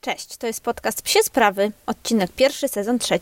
Cześć, to jest podcast Psie Sprawy, odcinek 1, sezon 3.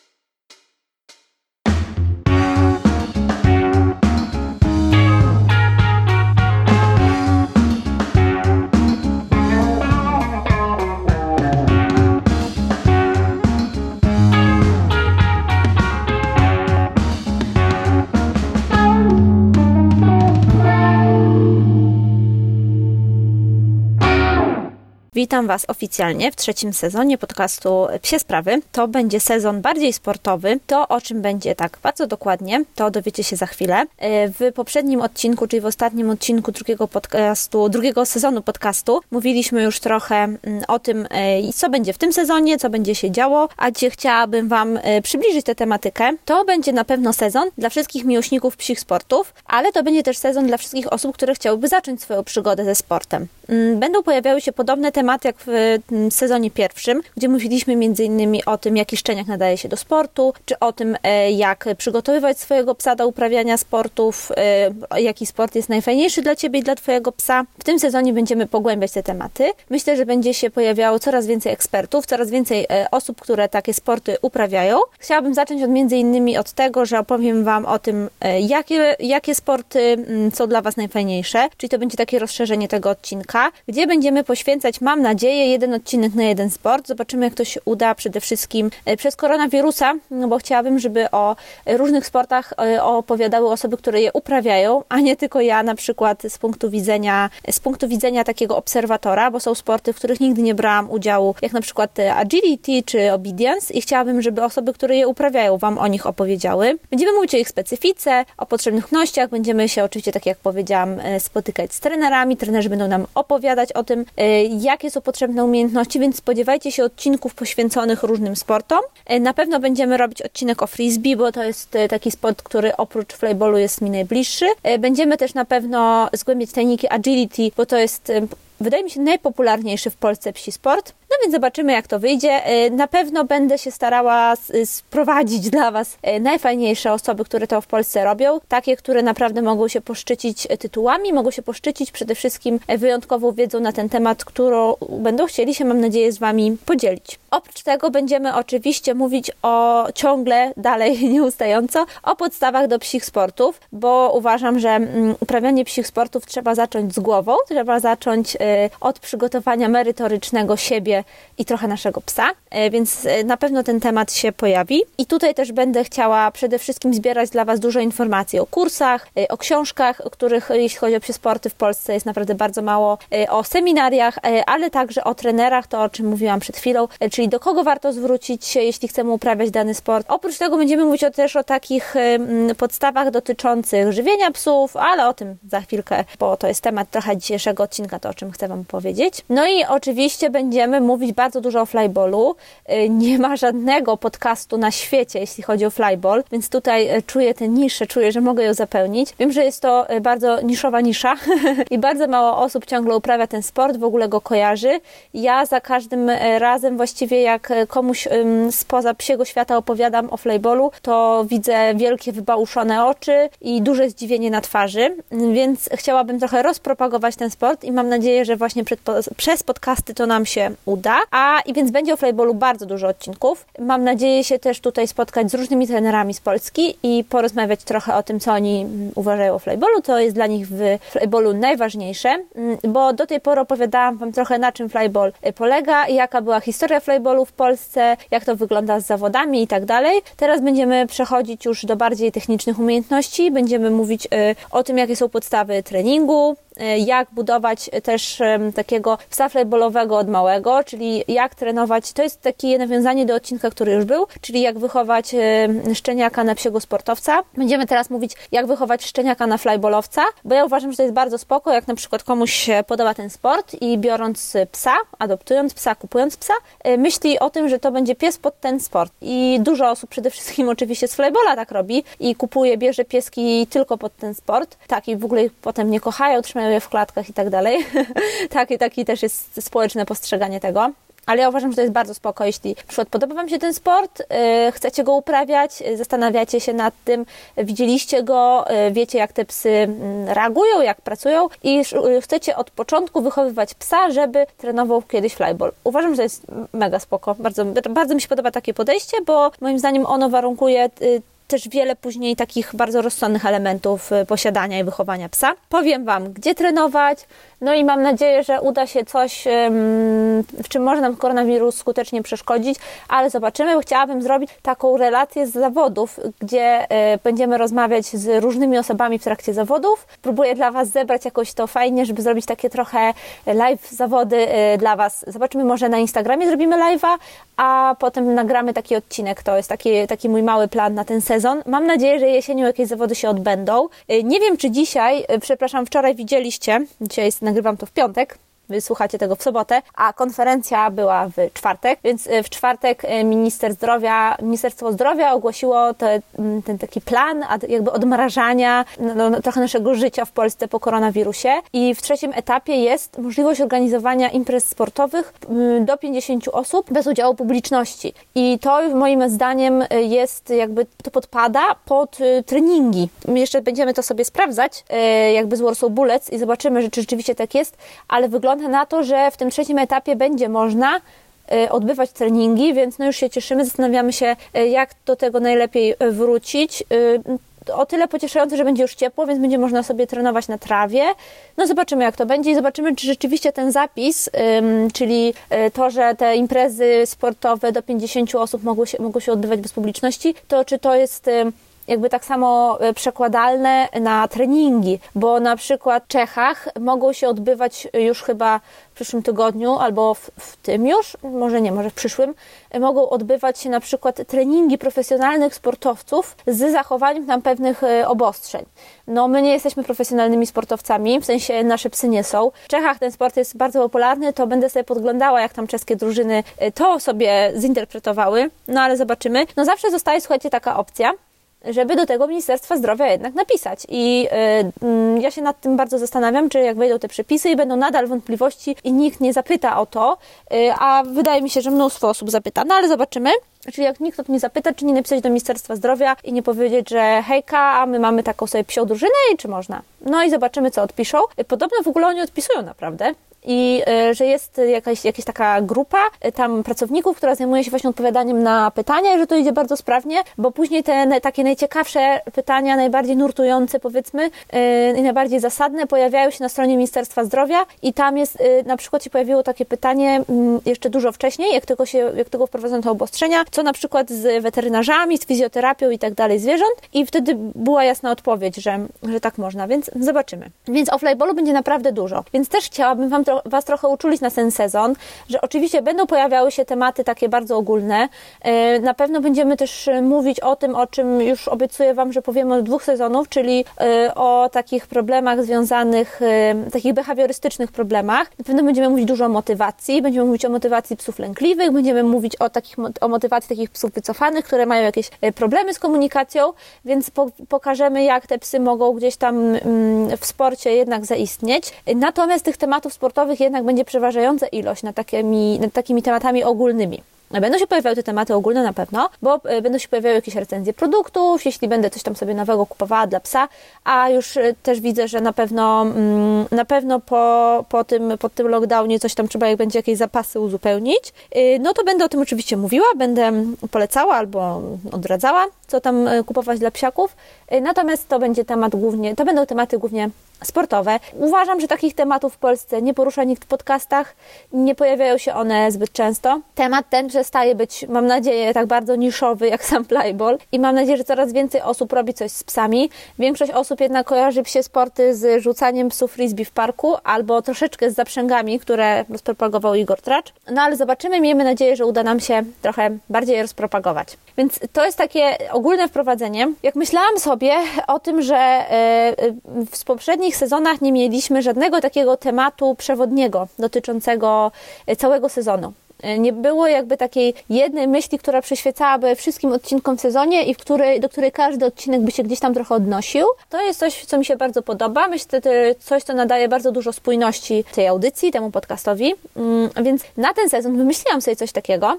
Witam Was oficjalnie w 3. sezonie podcastu Psie Sprawy. To będzie sezon bardziej sportowy. To, o czym będzie tak bardzo dokładnie, to dowiecie się za chwilę. W poprzednim odcinku, czyli w ostatnim odcinku drugiego sezonu podcastu mówiliśmy już trochę o tym, co będzie w tym sezonie, co będzie się działo, a dzisiaj chciałabym Wam przybliżyć tę tematykę. To będzie na pewno sezon dla wszystkich miłośników psich sportów, ale to będzie też sezon dla wszystkich osób, które chciałyby zacząć swoją przygodę ze sportem. Będą pojawiały się podobne tematy jak w sezonie pierwszym, gdzie mówiliśmy m.in. o tym, jaki szczeniak nadaje się do sportu, czy o tym, jak przygotowywać swojego psa do uprawiania sportów, jaki sport jest najfajniejszy dla Ciebie i dla Twojego psa. W tym sezonie będziemy pogłębiać te tematy. Myślę, że będzie się pojawiało coraz więcej ekspertów, coraz więcej osób, które takie sporty uprawiają. Chciałabym zacząć m.in. od tego, że opowiem Wam o tym, jakie sporty są dla Was najfajniejsze, czyli to będzie takie rozszerzenie tego odcinka, gdzie będziemy poświęcać, mam nadzieję, jeden odcinek na jeden sport. Zobaczymy, jak to się uda przede wszystkim przez koronawirusa, bo chciałabym, żeby o różnych sportach opowiadały osoby, które je uprawiają, a nie tylko ja na przykład z punktu widzenia takiego obserwatora, bo są sporty, w których nigdy nie brałam udziału, jak na przykład agility czy obedience i chciałabym, żeby osoby, które je uprawiają, Wam o nich opowiedziały. Będziemy mówić o ich specyfice, o potrzebnościach, będziemy się oczywiście, tak jak powiedziałam, spotykać z trenerami, trenerzy będą nam opowiadać o tym, jakie są potrzebne umiejętności, więc spodziewajcie się odcinków poświęconych różnym sportom. Na pewno będziemy robić odcinek o frisbee, bo to jest taki sport, który oprócz flyballu jest mi najbliższy. Będziemy też na pewno zgłębiać tajniki agility, bo to jest, wydaje mi się, najpopularniejszy w Polsce psi sport. No więc zobaczymy, jak to wyjdzie. Na pewno będę się starała sprowadzić dla Was najfajniejsze osoby, które to w Polsce robią. Takie, które naprawdę mogą się poszczycić tytułami, mogą się poszczycić przede wszystkim wyjątkową wiedzą na ten temat, którą będą chcieli się, mam nadzieję, z Wami podzielić. Oprócz tego będziemy oczywiście mówić ciągle dalej nieustająco o podstawach do psich sportów, bo uważam, że uprawianie psich sportów trzeba zacząć z głową, trzeba zacząć od przygotowania merytorycznego siebie i trochę naszego psa, więc na pewno ten temat się pojawi. I tutaj też będę chciała przede wszystkim zbierać dla Was dużo informacji o kursach, o książkach, których jeśli chodzi o psie sporty w Polsce jest naprawdę bardzo mało, o seminariach, ale także o trenerach, to o czym mówiłam przed chwilą, czyli do kogo warto zwrócić się, jeśli chcemy uprawiać dany sport. Oprócz tego będziemy mówić też o takich podstawach dotyczących żywienia psów, ale o tym za chwilkę, bo to jest temat trochę dzisiejszego odcinka, to o czym chcę Wam powiedzieć. No i oczywiście będziemy mówić bardzo dużo o flyballu. Nie ma żadnego podcastu na świecie, jeśli chodzi o flyball, więc tutaj czuję tę niszę, czuję, że mogę ją zapełnić. Wiem, że jest to bardzo niszowa nisza i bardzo mało osób ciągle uprawia ten sport, w ogóle go kojarzy. Ja za każdym razem właściwie jak komuś spoza psiego świata opowiadam o flyballu, to widzę wielkie wybałuszone oczy i duże zdziwienie na twarzy, więc chciałabym trochę rozpropagować ten sport i mam nadzieję, że właśnie przez podcasty to nam się uda. I więc będzie o flyballu bardzo dużo odcinków. Mam nadzieję się też tutaj spotkać z różnymi trenerami z Polski i porozmawiać trochę o tym, co oni uważają o flyballu. To jest dla nich w flyballu najważniejsze, bo do tej pory opowiadałam Wam trochę, na czym flyball polega, jaka była historia flyballu w Polsce, jak to wygląda z zawodami i tak dalej. Teraz będziemy przechodzić już do bardziej technicznych umiejętności. Będziemy mówić o tym, jakie są podstawy treningu, jak budować też takiego psa flyballowego od małego, czyli jak trenować, to jest takie nawiązanie do odcinka, który już był, czyli jak wychować szczeniaka na psiego sportowca. Będziemy teraz mówić, jak wychować szczeniaka na flyballowca, bo ja uważam, że to jest bardzo spoko, jak na przykład komuś się podoba ten sport i biorąc psa, adoptując psa, kupując psa, myśli o tym, że to będzie pies pod ten sport. I dużo osób, przede wszystkim oczywiście z flyballa tak robi i bierze pieski tylko pod ten sport, tak, i w ogóle ich potem nie kochają, trzymają je w klatkach i tak dalej. Taki też jest społeczne postrzeganie tego. ale ja uważam, że to jest bardzo spoko, jeśli na przykład podoba Wam się ten sport, chcecie go uprawiać, zastanawiacie się nad tym, widzieliście go, wiecie jak te psy reagują, jak pracują i chcecie od początku wychowywać psa, żeby trenował kiedyś flyball. Uważam, że to jest mega spoko. Bardzo mi się podoba takie podejście, bo moim zdaniem ono warunkuje też wiele później takich bardzo rozsądnych elementów posiadania i wychowania psa. Powiem Wam, gdzie trenować, no i mam nadzieję, że uda się coś, w czym może nam koronawirus skutecznie przeszkodzić, ale zobaczymy, bo chciałabym zrobić taką relację z zawodów, gdzie będziemy rozmawiać z różnymi osobami w trakcie zawodów. Próbuję dla Was zebrać jakoś to fajnie, żeby zrobić takie trochę live zawody dla Was. Zobaczymy, może na Instagramie zrobimy live'a, a potem nagramy taki odcinek. To jest taki mój mały plan na ten sezon. Mam nadzieję, że jesienią jakieś zawody się odbędą. Nie wiem, czy dzisiaj, wczoraj widzieliście, dzisiaj nagrywam to w piątek, wy słuchacie tego w sobotę, a konferencja była w czwartek, więc w czwartek Ministerstwo Zdrowia ogłosiło ten taki plan jakby odmrażania trochę naszego życia w Polsce po koronawirusie i w trzecim etapie jest możliwość organizowania imprez sportowych do 50 osób bez udziału publiczności. I to moim zdaniem jest jakby, to podpada pod treningi. My jeszcze będziemy to sobie sprawdzać jakby z Warsaw Bullets i zobaczymy, czy rzeczywiście tak jest, ale wygląda na to, że w tym trzecim etapie będzie można odbywać treningi, więc no już się cieszymy, zastanawiamy się, jak do tego najlepiej wrócić. O tyle pocieszające, że będzie już ciepło, więc będzie można sobie trenować na trawie. No zobaczymy, jak to będzie i zobaczymy, czy rzeczywiście ten zapis, czyli to, że te imprezy sportowe do 50 osób mogą się odbywać bez publiczności, to czy to jest jakby tak samo przekładalne na treningi, bo na przykład w Czechach mogą się odbywać już chyba w przyszłym tygodniu albo w tym już, może nie, może w przyszłym, mogą odbywać się na przykład treningi profesjonalnych sportowców z zachowaniem tam pewnych obostrzeń. No my nie jesteśmy profesjonalnymi sportowcami, w sensie nasze psy nie są. W Czechach ten sport jest bardzo popularny, to będę sobie podglądała, jak tam czeskie drużyny to sobie zinterpretowały, no ale zobaczymy. No zawsze zostaje, słuchajcie, taka opcja, żeby do tego Ministerstwa Zdrowia jednak napisać. I ja się nad tym bardzo zastanawiam, czy jak wejdą te przepisy i będą nadal wątpliwości i nikt nie zapyta o to, a wydaje mi się, że mnóstwo osób zapyta, no ale zobaczymy. Czyli jak nikt o to nie zapyta, czy nie napisać do Ministerstwa Zdrowia i nie powiedzieć, że hejka, a my mamy taką sobie psią drużynę i czy można. No i zobaczymy, co odpiszą. Podobno w ogóle oni odpisują naprawdę. I że jest jakaś taka grupa tam pracowników, która zajmuje się właśnie odpowiadaniem na pytania i że to idzie bardzo sprawnie, bo później te takie najciekawsze pytania, najbardziej nurtujące powiedzmy i najbardziej zasadne pojawiają się na stronie Ministerstwa Zdrowia i tam jest, na przykład się pojawiło takie pytanie jeszcze dużo wcześniej, jak tylko wprowadzono te obostrzenia, co na przykład z weterynarzami, z fizjoterapią i tak dalej zwierząt i wtedy była jasna odpowiedź, że tak można, więc zobaczymy. Więc o flyballu będzie naprawdę dużo, więc też chciałabym Was trochę uczulić na ten sezon, że oczywiście będą pojawiały się tematy takie bardzo ogólne. Na pewno będziemy też mówić o tym, o czym już obiecuję Wam, że powiemy od 2 sezonów, czyli o takich problemach związanych, takich behawiorystycznych problemach. Na pewno będziemy mówić dużo o motywacji, będziemy mówić o motywacji psów lękliwych, będziemy mówić o motywacji takich psów wycofanych, które mają jakieś problemy z komunikacją, więc pokażemy, jak te psy mogą gdzieś tam w sporcie jednak zaistnieć. Natomiast tych tematów sportowych jednak będzie przeważająca ilość nad takimi tematami ogólnymi. Będą się pojawiały te tematy ogólne na pewno, bo będą się pojawiały jakieś recenzje produktów, jeśli będę coś tam sobie nowego kupowała dla psa, a już też widzę, że na pewno po tym lockdownie coś tam trzeba, jak będzie jakieś zapasy uzupełnić, no to będę o tym oczywiście mówiła, będę polecała albo odradzała, co tam kupować dla psiaków, natomiast to będą tematy głównie sportowe. Uważam, że takich tematów w Polsce nie porusza nikt w podcastach, nie pojawiają się one zbyt często. Temat ten przestaje być, mam nadzieję, tak bardzo niszowy jak sam flyball i mam nadzieję, że coraz więcej osób robi coś z psami. Większość osób jednak kojarzy psie sporty z rzucaniem psów frisbee w parku albo troszeczkę z zaprzęgami, które rozpropagował Igor Tracz. No ale zobaczymy, miejmy nadzieję, że uda nam się trochę bardziej rozpropagować. Więc to jest takie ogólne wprowadzenie. Jak myślałam sobie o tym, że w poprzednich sezonach nie mieliśmy żadnego takiego tematu przewodniego dotyczącego całego sezonu. Nie było jakby takiej jednej myśli, która przyświecałaby wszystkim odcinkom w sezonie i do której każdy odcinek by się gdzieś tam trochę odnosił. To jest coś, co mi się bardzo podoba. Myślę, że to coś, co nadaje bardzo dużo spójności tej audycji, temu podcastowi. Więc na ten sezon wymyśliłam sobie coś takiego.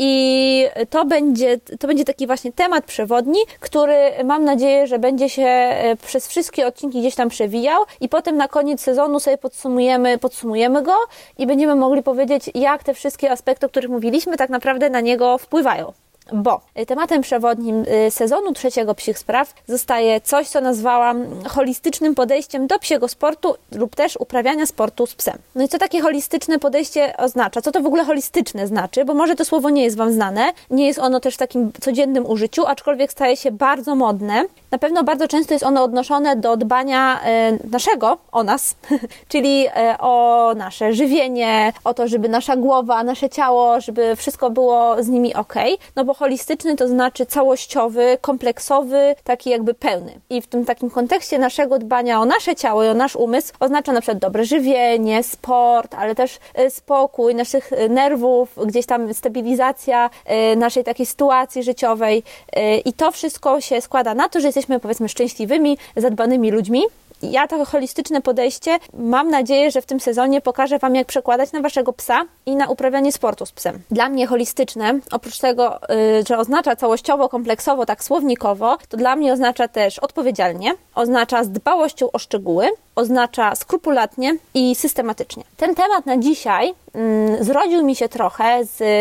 I to będzie taki właśnie temat przewodni, który mam nadzieję, że będzie się przez wszystkie odcinki gdzieś tam przewijał i potem na koniec sezonu sobie podsumujemy go i będziemy mogli powiedzieć, jak te wszystkie aspekty, o których mówiliśmy, tak naprawdę na niego wpływają. Bo tematem przewodnim sezonu 3 Psich Spraw zostaje coś, co nazwałam holistycznym podejściem do psiego sportu lub też uprawiania sportu z psem. No i co takie holistyczne podejście oznacza? Co to w ogóle holistyczne znaczy? Bo może to słowo nie jest Wam znane, nie jest ono też w takim codziennym użyciu, aczkolwiek staje się bardzo modne. Na pewno bardzo często jest ono odnoszone do dbania naszego, o nas, czyli o nasze żywienie, o to, żeby nasza głowa, nasze ciało, żeby wszystko było z nimi okej. No bo holistyczny to znaczy całościowy, kompleksowy, taki jakby pełny. I w tym takim kontekście naszego dbania o nasze ciało i o nasz umysł oznacza na przykład dobre żywienie, sport, ale też spokój naszych nerwów, gdzieś tam stabilizacja naszej takiej sytuacji życiowej. I to wszystko się składa na to, że jesteśmy powiedzmy szczęśliwymi, zadbanymi ludźmi. Ja to holistyczne podejście mam nadzieję, że w tym sezonie pokażę Wam, jak przekładać na Waszego psa i na uprawianie sportu z psem. Dla mnie holistyczne, oprócz tego, że oznacza całościowo, kompleksowo, tak słownikowo, to dla mnie oznacza też odpowiedzialnie, oznacza z dbałością o szczegóły, oznacza skrupulatnie i systematycznie. Ten temat na dzisiaj zrodził mi się trochę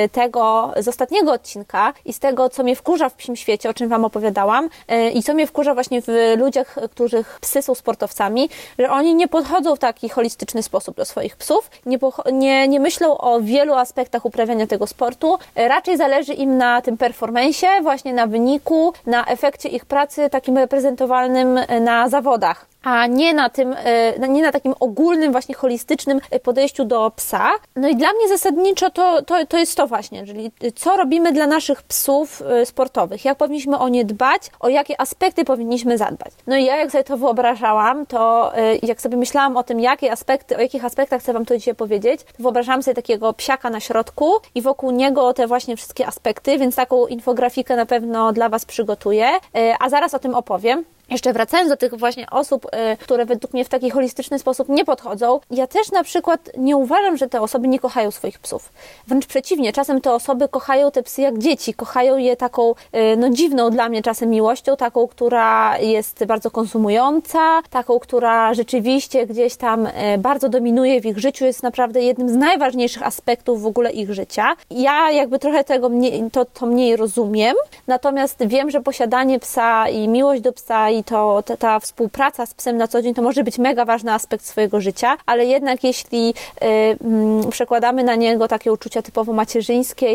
z ostatniego odcinka i z tego, co mnie wkurza w psim świecie, o czym Wam opowiadałam i co mnie wkurza właśnie w ludziach, których psy są sportowcami, że oni nie podchodzą w taki holistyczny sposób do swoich psów, nie myślą o wielu aspektach uprawiania tego sportu, raczej zależy im na tym performance'ie, właśnie na wyniku, na efekcie ich pracy takim reprezentowalnym na zawodach, a nie na takim ogólnym, właśnie holistycznym podejściu do psa. No i dla mnie zasadniczo to jest to właśnie, czyli co robimy dla naszych psów sportowych, jak powinniśmy o nie dbać, o jakie aspekty powinniśmy zadbać. No i ja jak sobie to wyobrażałam, to jak sobie myślałam o tym, o jakich aspektach chcę Wam tu dzisiaj powiedzieć, to wyobrażałam sobie takiego psiaka na środku i wokół niego te właśnie wszystkie aspekty, więc taką infografikę na pewno dla Was przygotuję, a zaraz o tym opowiem. Jeszcze wracając do tych właśnie osób, które według mnie w taki holistyczny sposób nie podchodzą, ja też na przykład nie uważam, że te osoby nie kochają swoich psów. Wręcz przeciwnie, czasem te osoby kochają te psy jak dzieci, kochają je taką dziwną dla mnie czasem miłością, taką, która jest bardzo konsumująca, taką, która rzeczywiście gdzieś tam bardzo dominuje w ich życiu, jest naprawdę jednym z najważniejszych aspektów w ogóle ich życia. Ja jakby trochę tego mniej rozumiem, natomiast wiem, że posiadanie psa i miłość do psa i ta współpraca z psem na co dzień to może być mega ważny aspekt swojego życia, ale jednak jeśli przekładamy na niego takie uczucia typowo macierzyńskie i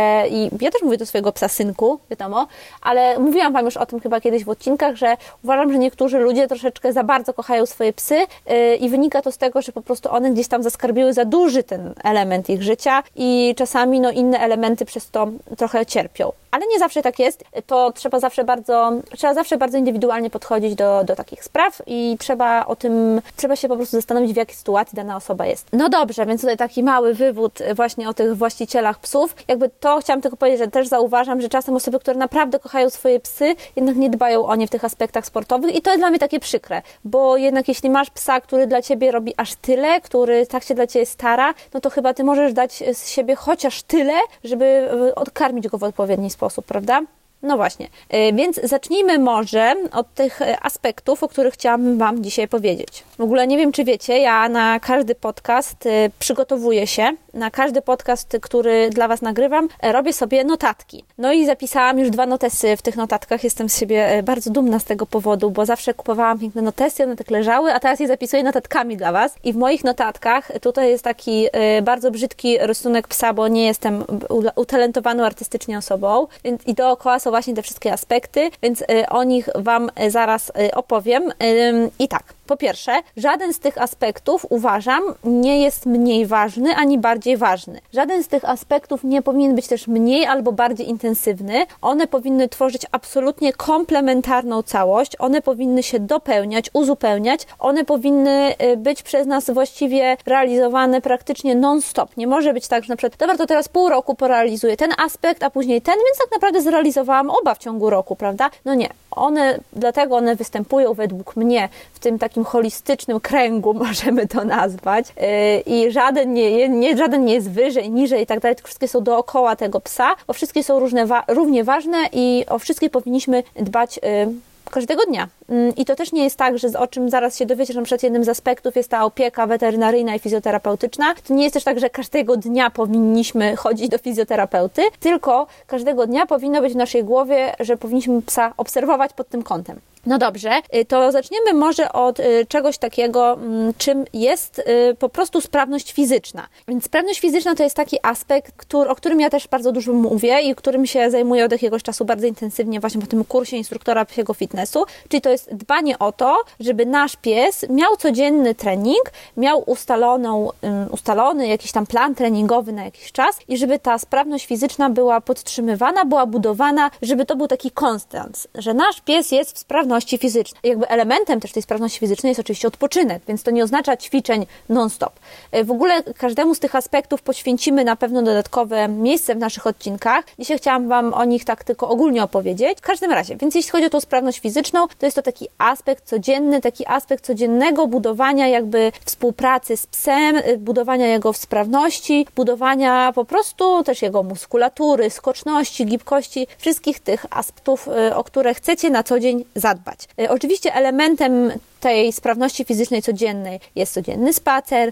ja też mówię do swojego psa synku, wiadomo, ale mówiłam Wam już o tym chyba kiedyś w odcinkach, że uważam, że niektórzy ludzie troszeczkę za bardzo kochają swoje psy i wynika to z tego, że po prostu one gdzieś tam zaskarbiły za duży ten element ich życia i czasami inne elementy przez to trochę cierpią. Ale nie zawsze tak jest, to trzeba zawsze bardzo indywidualnie podchodzić do takich spraw i trzeba się po prostu zastanowić, w jakiej sytuacji dana osoba jest. No dobrze, więc tutaj taki mały wywód właśnie o tych właścicielach psów. Jakby to chciałam tylko powiedzieć, że też zauważam, że czasem osoby, które naprawdę kochają swoje psy, jednak nie dbają o nie w tych aspektach sportowych i to jest dla mnie takie przykre, bo jednak jeśli masz psa, który dla Ciebie robi aż tyle, który tak się dla Ciebie stara, no to chyba Ty możesz dać z siebie chociaż tyle, żeby odkarmić go w odpowiedni sposób, prawda? No właśnie, więc zacznijmy może od tych aspektów, o których chciałabym Wam dzisiaj powiedzieć. W ogóle nie wiem, czy wiecie, ja na każdy podcast przygotowuję się, na każdy podcast, który dla Was nagrywam, robię sobie notatki. No i zapisałam już 2 notesy w tych notatkach, jestem z siebie bardzo dumna z tego powodu, bo zawsze kupowałam piękne notesy, one tak leżały, a teraz je zapisuję notatkami dla Was. I w moich notatkach tutaj jest taki bardzo brzydki rysunek psa, bo nie jestem utalentowaną artystycznie osobą, więc i dookoła są właśnie te wszystkie aspekty, więc o nich Wam zaraz opowiem. I tak, Po pierwsze, żaden z tych aspektów, uważam, nie jest mniej ważny, ani bardziej ważny. Żaden z tych aspektów nie powinien być też mniej albo bardziej intensywny. One powinny tworzyć absolutnie komplementarną całość. One powinny się dopełniać, uzupełniać. One powinny być przez nas właściwie realizowane praktycznie non-stop. Nie może być tak, że na przykład, dobra, to teraz pół roku porealizuję ten aspekt, a później ten, więc tak naprawdę zrealizowałam oba w ciągu roku, prawda? No nie. Dlatego one występują według mnie w tym takim holistycznym kręgu, możemy to nazwać, i żaden nie jest wyżej, niżej i tak dalej, tylko wszystkie są dookoła tego psa, bo wszystkie są równie ważne i o wszystkie powinniśmy dbać każdego dnia. I to też nie jest tak, że o czym zaraz się dowiecie, że na przykład jednym z aspektów jest ta opieka weterynaryjna i fizjoterapeutyczna. To nie jest też tak, że każdego dnia powinniśmy chodzić do fizjoterapeuty, tylko każdego dnia powinno być w naszej głowie, że powinniśmy psa obserwować pod tym kątem. No dobrze, to zaczniemy może od czegoś takiego, czym jest po prostu sprawność fizyczna. Więc sprawność fizyczna to jest taki aspekt, o którym ja też bardzo dużo mówię i którym się zajmuję od jakiegoś czasu bardzo intensywnie właśnie po tym kursie instruktora psiego fitnessu, czyli to jest dbanie o to, żeby nasz pies miał codzienny trening, miał ustalony jakiś tam plan treningowy na jakiś czas i żeby ta sprawność fizyczna była podtrzymywana, była budowana, żeby to był taki konstans, że nasz pies jest w sprawności fizycznej. Jakby elementem też tej sprawności fizycznej jest oczywiście odpoczynek, więc to nie oznacza ćwiczeń non-stop. W ogóle każdemu z tych aspektów poświęcimy na pewno dodatkowe miejsce w naszych odcinkach. Dzisiaj chciałam Wam o nich tak tylko ogólnie opowiedzieć. W każdym razie, więc jeśli chodzi o tą sprawność fizyczną, to jest to taki aspekt codzienny, taki aspekt codziennego budowania jakby współpracy z psem, budowania jego sprawności, budowania po prostu też jego muskulatury, skoczności, gibkości, wszystkich tych aspektów, o które chcecie na co dzień zadbać. Oczywiście elementem tej sprawności fizycznej codziennej jest codzienny spacer,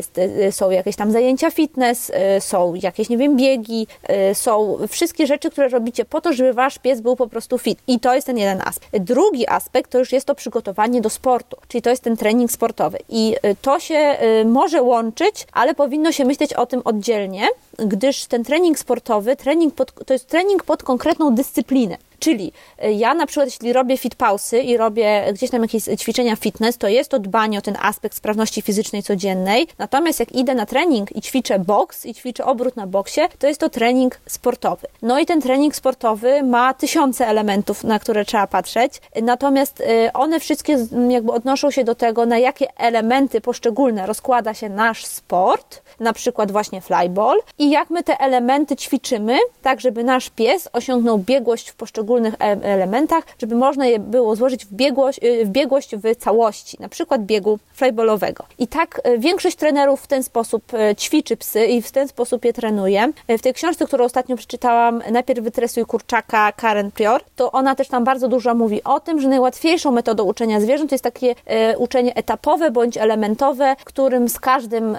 są jakieś tam zajęcia fitness, są jakieś, nie wiem, biegi, są wszystkie rzeczy, które robicie po to, żeby wasz pies był po prostu fit. I to jest ten jeden aspekt. Drugi aspekt to już jest to przygotowanie do sportu, czyli to jest ten trening sportowy. I to się może łączyć, ale powinno się myśleć o tym oddzielnie, gdyż ten trening sportowy, to jest trening pod konkretną dyscyplinę. Czyli ja na przykład, jeśli robię fit pausy i robię gdzieś tam jakieś ćwiczenia fitness, to jest to dbanie o ten aspekt sprawności fizycznej codziennej. Natomiast jak idę na trening i ćwiczę boks i ćwiczę obrót na boksie, to jest to trening sportowy. No i ten trening sportowy ma tysiące elementów, na które trzeba patrzeć. Natomiast one wszystkie jakby odnoszą się do tego, na jakie elementy poszczególne rozkłada się nasz sport, na przykład właśnie flyball, i jak my te elementy ćwiczymy, tak żeby nasz pies osiągnął biegłość w poszczególnych elementach, żeby można je było złożyć w biegłość w całości, na przykład biegu flyballowego. I tak większość trenerów w ten sposób ćwiczy psy i w ten sposób je trenuje. W tej książce, którą ostatnio przeczytałam, Najpierw wytresuj kurczaka, Karen Prior, to ona też tam bardzo dużo mówi o tym, że najłatwiejszą metodą uczenia zwierząt jest takie uczenie etapowe bądź elementowe, w którym z każdym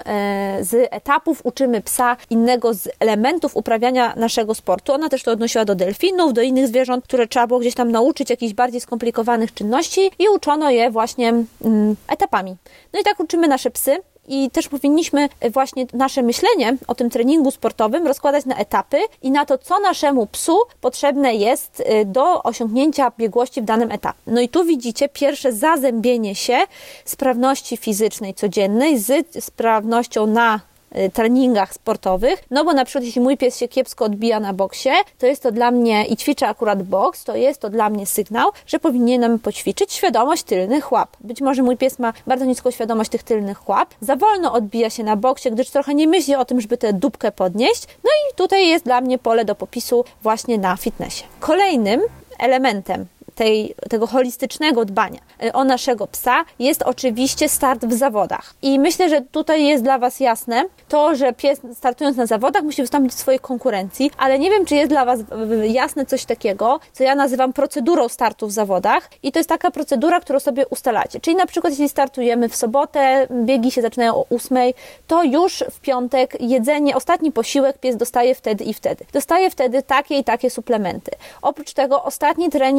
z etapów uczymy psa innego z elementów uprawiania naszego sportu. Ona też to odnosiła do delfinów, do innych zwierząt, które trzeba było gdzieś tam nauczyć jakichś bardziej skomplikowanych czynności i uczono je właśnie etapami. No i tak uczymy nasze psy. I też powinniśmy właśnie nasze myślenie o tym treningu sportowym rozkładać na etapy i na to, co naszemu psu potrzebne jest do osiągnięcia biegłości w danym etapie. No i tu widzicie pierwsze zazębienie się sprawności fizycznej codziennej z sprawnością na treningach sportowych, no bo na przykład jeśli mój pies się kiepsko odbija na boksie, to jest to dla mnie, i ćwiczę akurat boks, to jest to dla mnie sygnał, że powinienem poćwiczyć świadomość tylnych łap. Być może mój pies ma bardzo niską świadomość tych tylnych łap, za wolno odbija się na boksie, gdyż trochę nie myśli o tym, żeby tę dupkę podnieść, no i tutaj jest dla mnie pole do popisu właśnie na fitnessie. Kolejnym elementem tego holistycznego dbania o naszego psa jest oczywiście start w zawodach. I myślę, że tutaj jest dla Was jasne to, że pies startując na zawodach musi wystąpić w swojej konkurencji, ale nie wiem, czy jest dla Was jasne coś takiego, co ja nazywam procedurą startu w zawodach, i to jest taka procedura, którą sobie ustalacie. Czyli na przykład jeśli startujemy w sobotę, biegi się zaczynają o 8:00, to już w piątek jedzenie, ostatni posiłek pies dostaje wtedy i wtedy. Dostaje wtedy takie i takie suplementy. Oprócz tego ostatni trening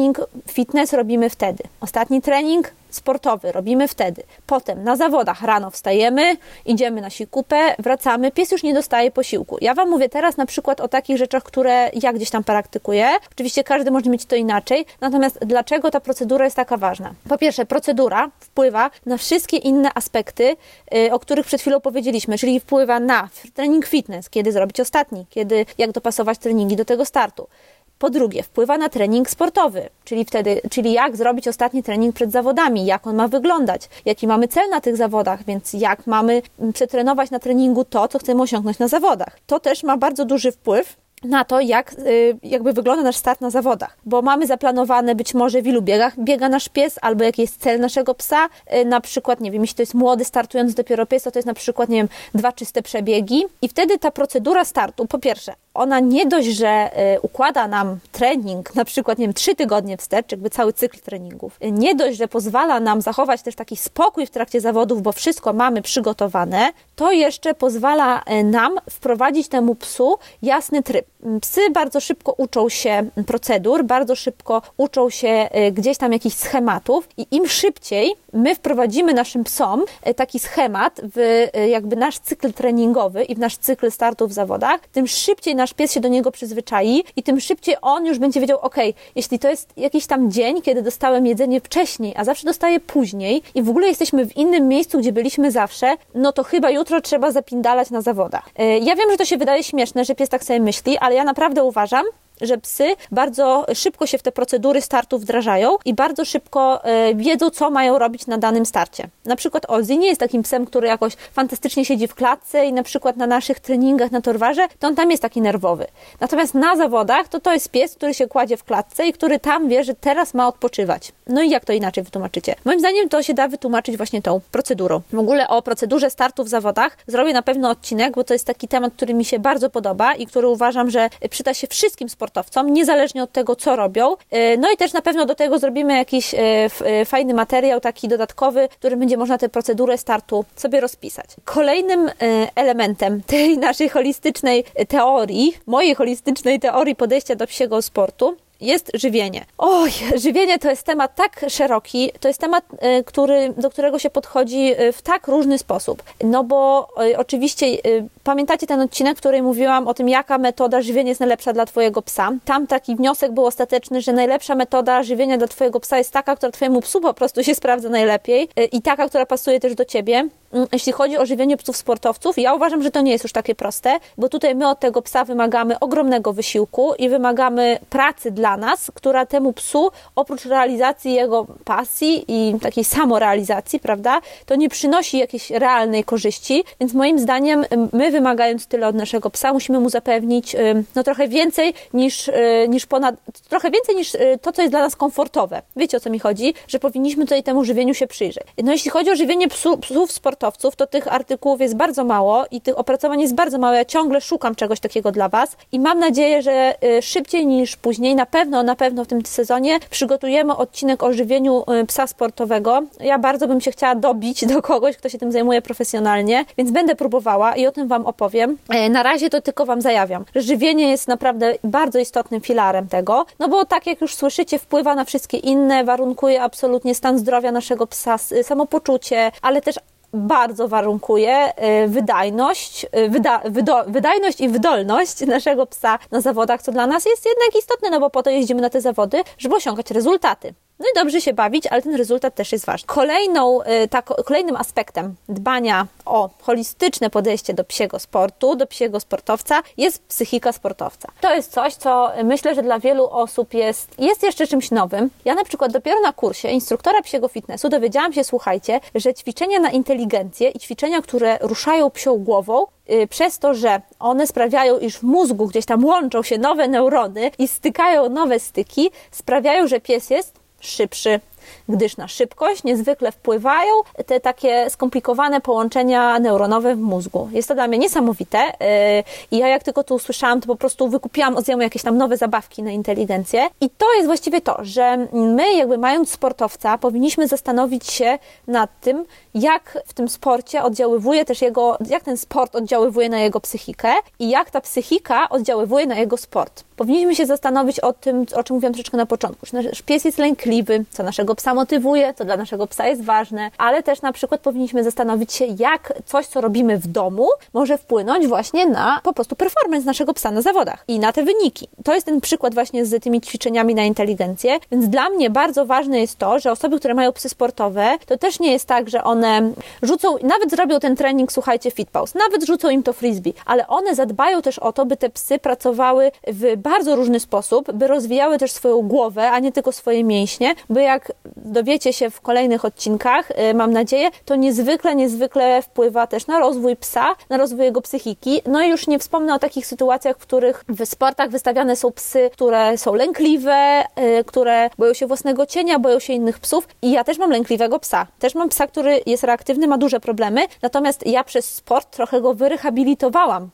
fitness robimy wtedy. Ostatni trening sportowy robimy wtedy. Potem na zawodach rano wstajemy, idziemy na sikupę, wracamy, pies już nie dostaje posiłku. Ja Wam mówię teraz na przykład o takich rzeczach, które ja gdzieś tam praktykuję. Oczywiście każdy może mieć to inaczej, natomiast dlaczego ta procedura jest taka ważna? Po pierwsze, procedura wpływa na wszystkie inne aspekty, o których przed chwilą powiedzieliśmy, czyli wpływa na trening fitness, kiedy zrobić ostatni, jak dopasować treningi do tego startu. Po drugie, wpływa na trening sportowy, czyli jak zrobić ostatni trening przed zawodami, jak on ma wyglądać, jaki mamy cel na tych zawodach, więc jak mamy przetrenować na treningu to, co chcemy osiągnąć na zawodach. To też ma bardzo duży wpływ na to, jakby wygląda nasz start na zawodach, bo mamy zaplanowane być może w ilu biegach biega nasz pies, albo jaki jest cel naszego psa, na przykład, nie wiem, jeśli to jest młody, startujący dopiero pies, to jest na przykład, nie wiem, 2 czyste przebiegi i wtedy ta procedura startu, po pierwsze, ona nie dość, że układa nam trening, na przykład, nie wiem, 3 tygodnie wstecz, jakby cały cykl treningów, nie dość, że pozwala nam zachować też taki spokój w trakcie zawodów, bo wszystko mamy przygotowane, to jeszcze pozwala nam wprowadzić temu psu jasny tryb. Psy bardzo szybko uczą się procedur, bardzo szybko uczą się gdzieś tam jakichś schematów i im szybciej my wprowadzimy naszym psom taki schemat w jakby nasz cykl treningowy i w nasz cykl startu w zawodach, tym szybciej nasz pies się do niego przyzwyczai i tym szybciej on już będzie wiedział, jeśli to jest jakiś tam dzień, kiedy dostałem jedzenie wcześniej, a zawsze dostaję później i w ogóle jesteśmy w innym miejscu, gdzie byliśmy zawsze, no to chyba jutro trzeba zapindalać na zawodach. Ja wiem, że to się wydaje śmieszne, że pies tak sobie myśli, ale ja naprawdę uważam, że psy bardzo szybko się w te procedury startu wdrażają i bardzo szybko wiedzą, co mają robić na danym starcie. Na przykład Ozzy nie jest takim psem, który jakoś fantastycznie siedzi w klatce i na przykład na naszych treningach na Torwarze, to on tam jest taki nerwowy. Natomiast na zawodach to jest pies, który się kładzie w klatce i który tam wie, że teraz ma odpoczywać. No i jak to inaczej wytłumaczycie? Moim zdaniem to się da wytłumaczyć właśnie tą procedurą. W ogóle o procedurze startu w zawodach zrobię na pewno odcinek, bo to jest taki temat, który mi się bardzo podoba i który uważam, że przyda się wszystkim sportowcom, niezależnie od tego, co robią. No i też na pewno do tego zrobimy jakiś fajny materiał, taki dodatkowy, w którym będzie można tę procedurę startu sobie rozpisać. Kolejnym elementem tej naszej holistycznej teorii, mojej holistycznej teorii podejścia do psiego sportu, jest żywienie. Żywienie to jest temat tak szeroki, to jest temat, do którego się podchodzi w tak różny sposób. No bo oczywiście pamiętacie ten odcinek, w którym mówiłam o tym, jaka metoda żywienia jest najlepsza dla Twojego psa. Tam taki wniosek był ostateczny, że najlepsza metoda żywienia dla Twojego psa jest taka, która Twojemu psu po prostu się sprawdza najlepiej i taka, która pasuje też do Ciebie. Jeśli chodzi o żywienie psów sportowców, ja uważam, że to nie jest już takie proste, bo tutaj my od tego psa wymagamy ogromnego wysiłku i wymagamy pracy dla nas, która temu psu, oprócz realizacji jego pasji i takiej samorealizacji, prawda, to nie przynosi jakiejś realnej korzyści, więc moim zdaniem my, wymagając tyle od naszego psa, musimy mu zapewnić trochę więcej niż to, co jest dla nas komfortowe. Wiecie, o co mi chodzi? Że powinniśmy tutaj temu żywieniu się przyjrzeć. No jeśli chodzi o żywienie psów sportowców, to tych artykułów jest bardzo mało i tych opracowań jest bardzo mało. Ja ciągle szukam czegoś takiego dla Was i mam nadzieję, że szybciej niż później, na pewno w tym sezonie przygotujemy odcinek o żywieniu psa sportowego. Ja bardzo bym się chciała dobić do kogoś, kto się tym zajmuje profesjonalnie, więc będę próbowała i o tym Wam opowiem. Na razie to tylko Wam zajawiam, że żywienie jest naprawdę bardzo istotnym filarem tego, no bo tak jak już słyszycie, wpływa na wszystkie inne, warunkuje absolutnie stan zdrowia naszego psa, samopoczucie, ale też bardzo warunkuje wydajność i wydolność naszego psa na zawodach, co dla nas jest jednak istotne, no bo po to jeździmy na te zawody, żeby osiągać rezultaty. No i dobrze się bawić, ale ten rezultat też jest ważny. Kolejnym aspektem dbania o holistyczne podejście do psiego sportu, do psiego sportowca jest psychika sportowca. To jest coś, co myślę, że dla wielu osób jest jeszcze czymś nowym. Ja na przykład dopiero na kursie instruktora psiego fitnessu dowiedziałam się, słuchajcie, że ćwiczenia na inteligencję i ćwiczenia, które ruszają psią głową, przez to, że one sprawiają, iż w mózgu gdzieś tam łączą się nowe neurony i stykają nowe styki, sprawiają, że pies jest szybszy, gdyż na szybkość niezwykle wpływają te takie skomplikowane połączenia neuronowe w mózgu. Jest to dla mnie niesamowite i ja jak tylko to usłyszałam, to po prostu wykupiłam Oziemu jakieś tam nowe zabawki na inteligencję i to jest właściwie to, że my jakby mając sportowca powinniśmy zastanowić się nad tym, jak w tym sporcie oddziaływuje też jak ten sport oddziaływuje na jego psychikę i jak ta psychika oddziaływuje na jego sport. Powinniśmy się zastanowić o tym, o czym mówiłam troszeczkę na początku, że nasz pies jest lękliwy, co naszego psa motywuje, co dla naszego psa jest ważne, ale też na przykład powinniśmy zastanowić się, jak coś, co robimy w domu, może wpłynąć właśnie na po prostu performance naszego psa na zawodach i na te wyniki. To jest ten przykład właśnie z tymi ćwiczeniami na inteligencję, więc dla mnie bardzo ważne jest to, że osoby, które mają psy sportowe, to też nie jest tak, że one rzucą, nawet zrobią ten trening, słuchajcie, fit pause, nawet rzucą im to frisbee, ale one zadbają też o to, by te psy pracowały w bardzo różny sposób, by rozwijały też swoją głowę, a nie tylko swoje mięśnie, bo jak dowiecie się w kolejnych odcinkach, mam nadzieję, to niezwykle wpływa też na rozwój psa, na rozwój jego psychiki. No i już nie wspomnę o takich sytuacjach, w których w sportach wystawiane są psy, które są lękliwe, które boją się własnego cienia, boją się innych psów i ja też mam lękliwego psa. Też mam psa, który jest reaktywny, ma duże problemy, natomiast ja przez sport trochę go wyrehabilitowałam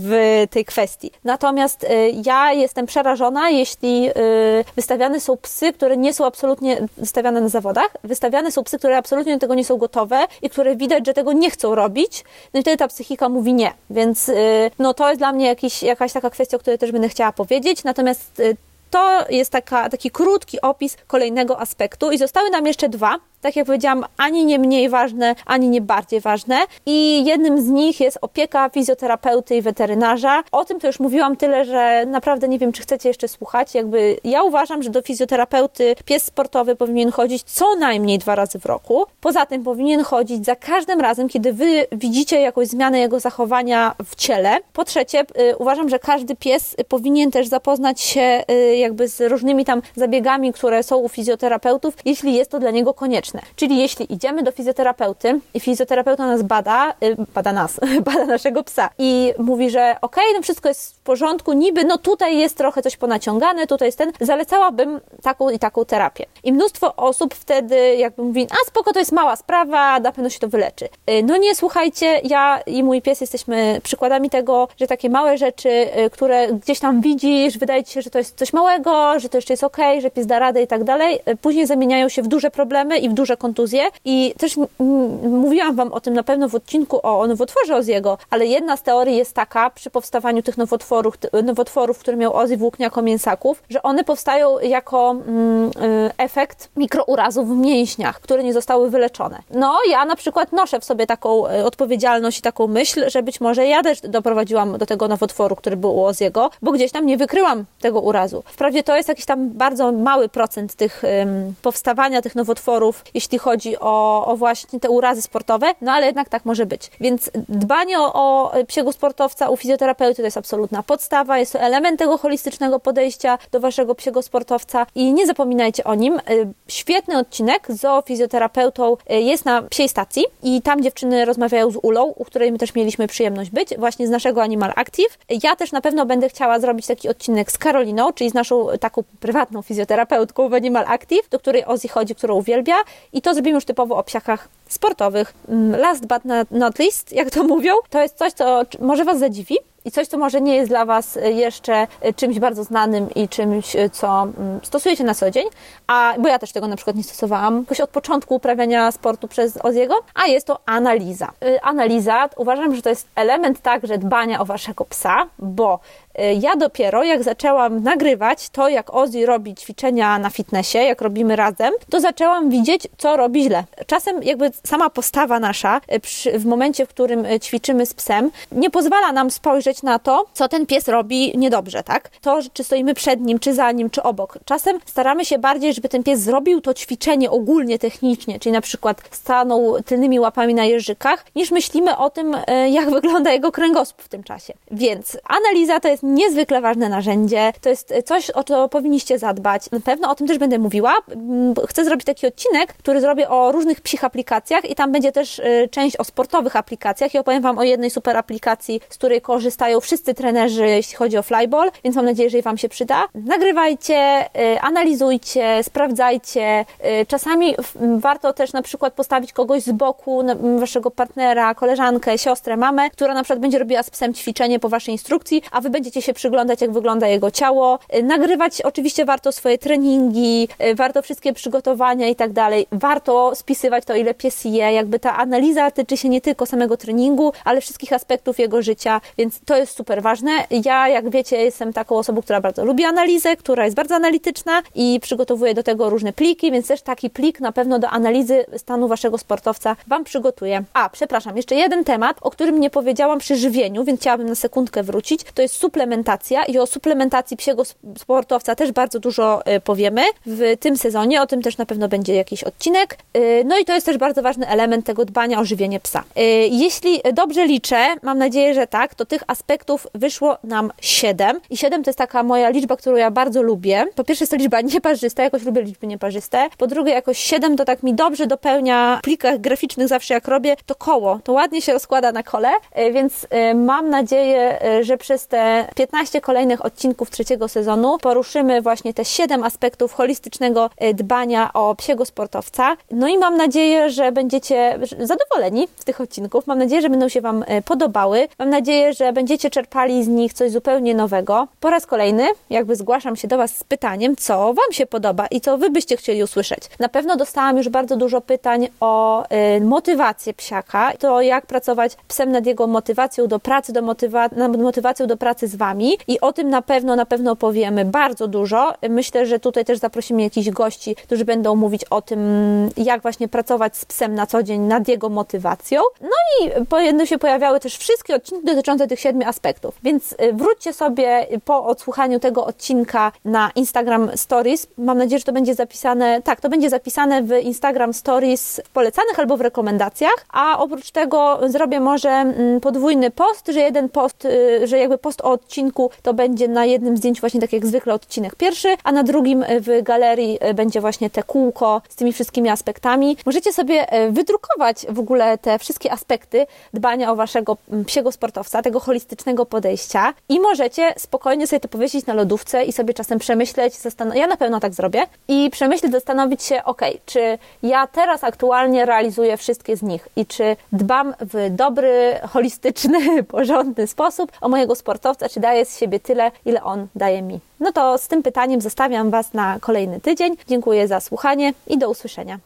w tej kwestii. Natomiast ja jestem przerażona, jeśli wystawiane są psy, które nie są absolutnie wystawiane na zawodach, wystawiane są psy, które absolutnie do tego nie są gotowe i które widać, że tego nie chcą robić, no i wtedy ta psychika mówi nie. Więc no to jest dla mnie jakaś taka kwestia, o której też będę chciała powiedzieć. Natomiast to jest taki krótki opis kolejnego aspektu i zostały nam jeszcze dwa. Tak jak powiedziałam, ani nie mniej ważne, ani nie bardziej ważne. I jednym z nich jest opieka fizjoterapeuty i weterynarza. O tym to już mówiłam tyle, że naprawdę nie wiem, czy chcecie jeszcze słuchać. Ja uważam, że do fizjoterapeuty pies sportowy powinien chodzić co najmniej 2 razy w roku. Poza tym powinien chodzić za każdym razem, kiedy wy widzicie jakąś zmianę jego zachowania w ciele. Po trzecie, uważam, że każdy pies powinien też zapoznać się jakby z różnymi tam zabiegami, które są u fizjoterapeutów, jeśli jest to dla niego konieczne. Czyli jeśli idziemy do fizjoterapeuty i fizjoterapeuta nas bada naszego psa i mówi, że okej, no wszystko jest w porządku, niby, no tutaj jest trochę coś ponaciągane, tutaj jest zalecałabym taką i taką terapię. I mnóstwo osób wtedy jakby mówi, a spoko, to jest mała sprawa, na pewno się to wyleczy. No nie, słuchajcie, ja i mój pies jesteśmy przykładami tego, że takie małe rzeczy, które gdzieś tam widzisz, wydaje ci się, że to jest coś małego, że to jeszcze jest okej, że pies da radę i tak dalej, później zamieniają się w duże problemy i w duże kontuzje i też mówiłam wam o tym na pewno w odcinku o nowotworze Oziego, ale jedna z teorii jest taka przy powstawaniu tych nowotworów, które miał Ozzy włókniako-mięsaków, że one powstają jako efekt mikrourazów w mięśniach, które nie zostały wyleczone. No ja na przykład noszę w sobie taką odpowiedzialność i taką myśl, że być może ja też doprowadziłam do tego nowotworu, który był u Oziego, bo gdzieś tam nie wykryłam tego urazu. Wprawdzie to jest jakiś tam bardzo mały procent tych powstawania tych nowotworów, jeśli chodzi o właśnie te urazy sportowe, no ale jednak tak może być. Więc dbanie o psiego sportowca u fizjoterapeuty to jest absolutna podstawa, jest to element tego holistycznego podejścia do waszego psiego sportowca i nie zapominajcie o nim. Świetny odcinek z zoofizjoterapeutą jest na Psiej Stacji i tam dziewczyny rozmawiają z Ulą, u której my też mieliśmy przyjemność być, właśnie z naszego Animal Active. Ja też na pewno będę chciała zrobić taki odcinek z Karoliną, czyli z naszą taką prywatną fizjoterapeutką w Animal Active, do której Ozzy chodzi, którą uwielbia i to zrobimy już typowo o psiakach sportowych. Last but not least, jak to mówią, to jest coś, co może was zadziwi i coś, co może nie jest dla was jeszcze czymś bardzo znanym i czymś, co stosujecie na co dzień, bo ja też tego na przykład nie stosowałam jakoś od początku uprawiania sportu przez Ozzy'ego, a jest to analiza. Analiza, uważam, że to jest element także dbania o waszego psa, bo ja dopiero jak zaczęłam nagrywać to, jak Ozzy robi ćwiczenia na fitnessie, jak robimy razem, to zaczęłam widzieć, co robi źle. Czasem jakby sama postawa nasza w momencie, w którym ćwiczymy z psem, nie pozwala nam spojrzeć na to, co ten pies robi niedobrze, tak? To, czy stoimy przed nim, czy za nim, czy obok. Czasem staramy się bardziej, żeby ten pies zrobił to ćwiczenie ogólnie, technicznie, czyli na przykład stanął tylnymi łapami na jeżykach, niż myślimy o tym, jak wygląda jego kręgosłup w tym czasie. Więc analiza to jest niezwykle ważne narzędzie, to jest coś, o co powinniście zadbać. Na pewno o tym też będę mówiła. Chcę zrobić taki odcinek, który zrobię o różnych psich aplikacjach i tam będzie też część o sportowych aplikacjach i opowiem Wam o jednej super aplikacji, z której korzystają wszyscy trenerzy, jeśli chodzi o flyball, więc mam nadzieję, że Wam się przyda. Nagrywajcie, analizujcie, sprawdzajcie. Czasami warto też na przykład postawić kogoś z boku, Waszego partnera, koleżankę, siostrę, mamę, która na przykład będzie robiła z psem ćwiczenie po Waszej instrukcji, a Wy będziecie się przyglądać, jak wygląda jego ciało. Nagrywać oczywiście warto swoje treningi, warto wszystkie przygotowania i tak dalej. Warto spisywać to, ile pies je. Jakby ta analiza tyczy się nie tylko samego treningu, ale wszystkich aspektów jego życia, więc to jest super ważne. Ja, jak wiecie, jestem taką osobą, która bardzo lubi analizę, która jest bardzo analityczna i przygotowuję do tego różne pliki, więc też taki plik na pewno do analizy stanu Waszego sportowca Wam przygotuję. Przepraszam, jeszcze jeden temat, o którym nie powiedziałam przy żywieniu, więc chciałabym na sekundkę wrócić. To jest suplementacja i o suplementacji psiego sportowca też bardzo dużo powiemy w tym sezonie. O tym też na pewno będzie jakiś odcinek. No i to jest też bardzo ważny element tego dbania o żywienie psa. Jeśli dobrze liczę, mam nadzieję, że tak, to tych aspektów wyszło nam 7. I 7 to jest taka moja liczba, którą ja bardzo lubię. Po pierwsze jest to liczba nieparzysta, jakoś lubię liczby nieparzyste. Po drugie jakoś 7 to tak mi dobrze dopełnia w plikach graficznych zawsze jak robię, to koło. To ładnie się rozkłada na kole, więc mam nadzieję, że przez te 15 kolejnych odcinków trzeciego sezonu poruszymy właśnie te 7 aspektów holistycznego dbania o psiego sportowca. No i mam nadzieję, że będziecie zadowoleni z tych odcinków. Mam nadzieję, że będą się Wam podobały. Mam nadzieję, że będziecie czerpali z nich coś zupełnie nowego. Po raz kolejny jakby zgłaszam się do Was z pytaniem, co Wam się podoba i co Wy byście chcieli usłyszeć. Na pewno dostałam już bardzo dużo pytań o motywację psiaka, to jak pracować psem nad jego motywacją do pracy, nad motywacją do pracy z Wami i o tym na pewno powiemy bardzo dużo. Myślę, że tutaj też zaprosimy jakichś gości, którzy będą mówić o tym, jak właśnie pracować z psem na co dzień nad jego motywacją. No i będą się pojawiały też wszystkie odcinki dotyczące tych 7 aspektów. Więc wróćcie sobie po odsłuchaniu tego odcinka na Instagram Stories. Mam nadzieję, że to będzie zapisane, tak, to będzie zapisane w Instagram Stories w polecanych albo w rekomendacjach, a oprócz tego zrobię może podwójny post, że jeden post, że jakby post o odcinku to będzie na jednym zdjęciu właśnie tak jak zwykle odcinek pierwszy, a na drugim w galerii będzie właśnie te kółko z tymi wszystkimi aspektami. Możecie sobie wydrukować w ogóle te wszystkie aspekty dbania o Waszego psiego sportowca, tego holistycznego podejścia i możecie spokojnie sobie to powiesić na lodówce i sobie czasem przemyśleć, ja na pewno tak zrobię i przemyśleć, zastanowić się, czy ja teraz aktualnie realizuję wszystkie z nich i czy dbam w dobry, holistyczny, porządny sposób o mojego sportowca, czy daję z siebie tyle, ile on daje mi. No to z tym pytaniem zostawiam Was na kolejny tydzień. Dziękuję za słuchanie i do usłyszenia.